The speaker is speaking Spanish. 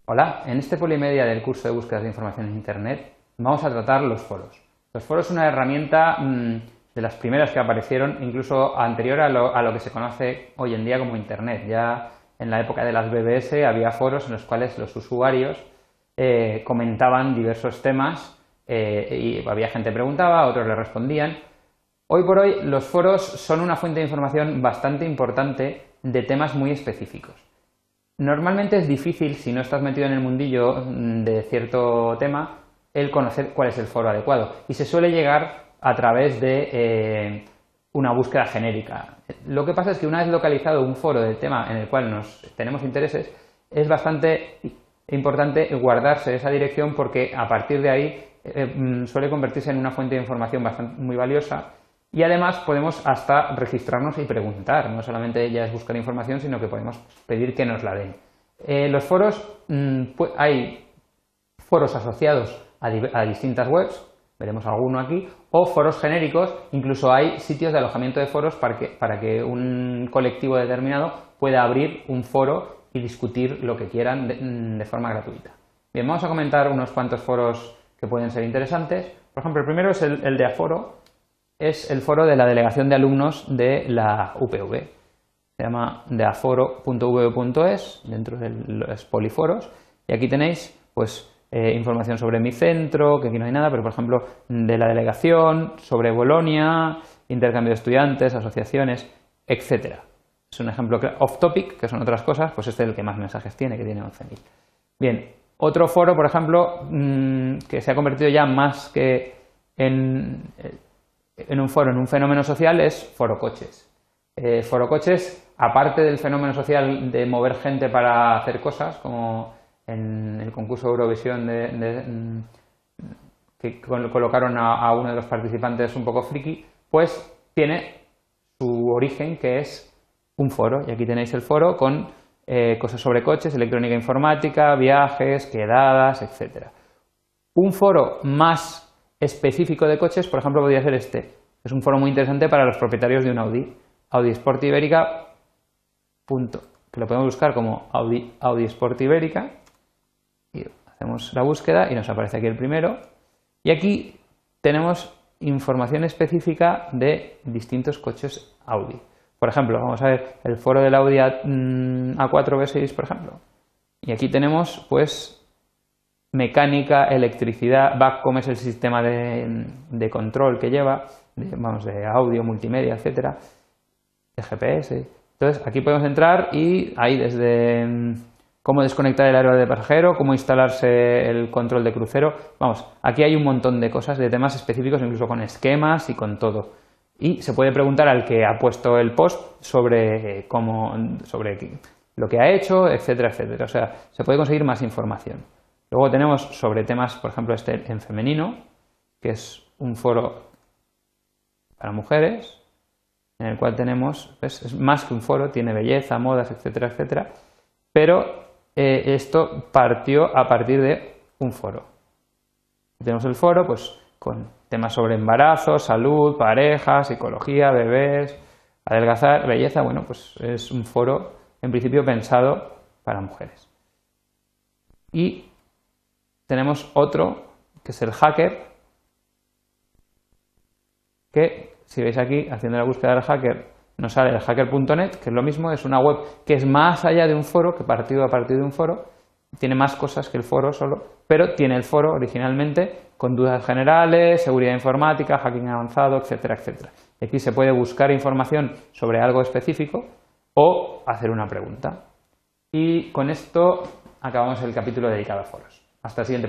Hola, en este Polimedia del curso de búsqueda de información en Internet vamos a tratar los foros. Los foros son una herramienta de las primeras que aparecieron, incluso anterior a lo que se conoce hoy en día como Internet. Ya en la época de las BBS había foros en los cuales los usuarios comentaban diversos temas y había gente que preguntaba, otros le respondían. Hoy por hoy los foros son una fuente de información bastante importante de temas muy específicos. Normalmente es difícil, si no estás metido en el mundillo de cierto tema, el conocer cuál es el foro adecuado y se suele llegar a través de una búsqueda genérica. Lo que pasa es que una vez localizado un foro del tema en el cual tenemos intereses, es bastante importante guardarse esa dirección porque a partir de ahí suele convertirse en una fuente de información muy valiosa. Y además podemos hasta registrarnos y preguntar, no solamente ya es buscar información, sino que podemos pedir que nos la den. Los foros, hay foros asociados a distintas webs, veremos alguno aquí, o foros genéricos, incluso hay sitios de alojamiento de foros para que un colectivo determinado pueda abrir un foro y discutir lo que quieran de forma gratuita. Bien, vamos a comentar unos cuantos foros que pueden ser interesantes. Por ejemplo, el primero es el de Aforo. Es el foro de la delegación de alumnos de la UPV. Se llama deaforo.uv.es, dentro de los poliforos. Y aquí tenéis pues, información sobre mi centro, que aquí no hay nada, pero por ejemplo de la delegación, sobre Bolonia, intercambio de estudiantes, asociaciones, etc. Es un ejemplo off topic, que son otras cosas, pues este es el que más mensajes tiene, que tiene 11.000. Bien, otro foro, por ejemplo, que se ha convertido ya más que en un foro, en un fenómeno social, es Foro Coches. Foro Coches, aparte del fenómeno social de mover gente para hacer cosas, como en el concurso Eurovisión que colocaron a uno de los participantes un poco friki, pues tiene su origen, que es un foro. Y aquí tenéis el foro con cosas sobre coches, electrónica informática, viajes, quedadas, etc. Un foro más específico de coches, por ejemplo, podría ser este. Es un foro muy interesante para los propietarios de un Audi. Audi Sport Ibérica, que lo podemos buscar como Audi Sport Ibérica. Y hacemos la búsqueda y nos aparece aquí el primero. Y aquí tenemos información específica de distintos coches Audi. Por ejemplo, vamos a ver el foro del Audi A4 B6, por ejemplo. Y aquí tenemos, pues, mecánica, electricidad, VACCOM es el sistema de control que lleva, de audio, multimedia, etcétera, de GPS. Entonces aquí podemos entrar y hay desde cómo desconectar el aero de pasajero, cómo instalarse el control de crucero. Vamos, aquí hay un montón de cosas, de temas específicos, incluso con esquemas y con todo. Y se puede preguntar al que ha puesto el post sobre lo que ha hecho, etcétera, etcétera. O sea, se puede conseguir más información. Luego tenemos sobre temas, por ejemplo, este en femenino, que es un foro para mujeres, en el cual tenemos, pues, es más que un foro, tiene belleza, modas, etcétera, etcétera, pero esto partió a partir de un foro. Tenemos el foro pues, con temas sobre embarazo, salud, pareja, psicología, bebés, adelgazar, belleza. Bueno, pues es un foro en principio pensado para mujeres. Y tenemos otro, que es el hacker, que si veis aquí, haciendo la búsqueda del hacker, nos sale el hacker.net, que es lo mismo, es una web que es más allá de un foro, que partido a partir de un foro, tiene más cosas que el foro solo, pero tiene el foro originalmente con dudas generales, seguridad informática, hacking avanzado, etcétera, etcétera. Y aquí se puede buscar información sobre algo específico o hacer una pregunta. Y con esto acabamos el capítulo dedicado a foros. Hasta el siguiente.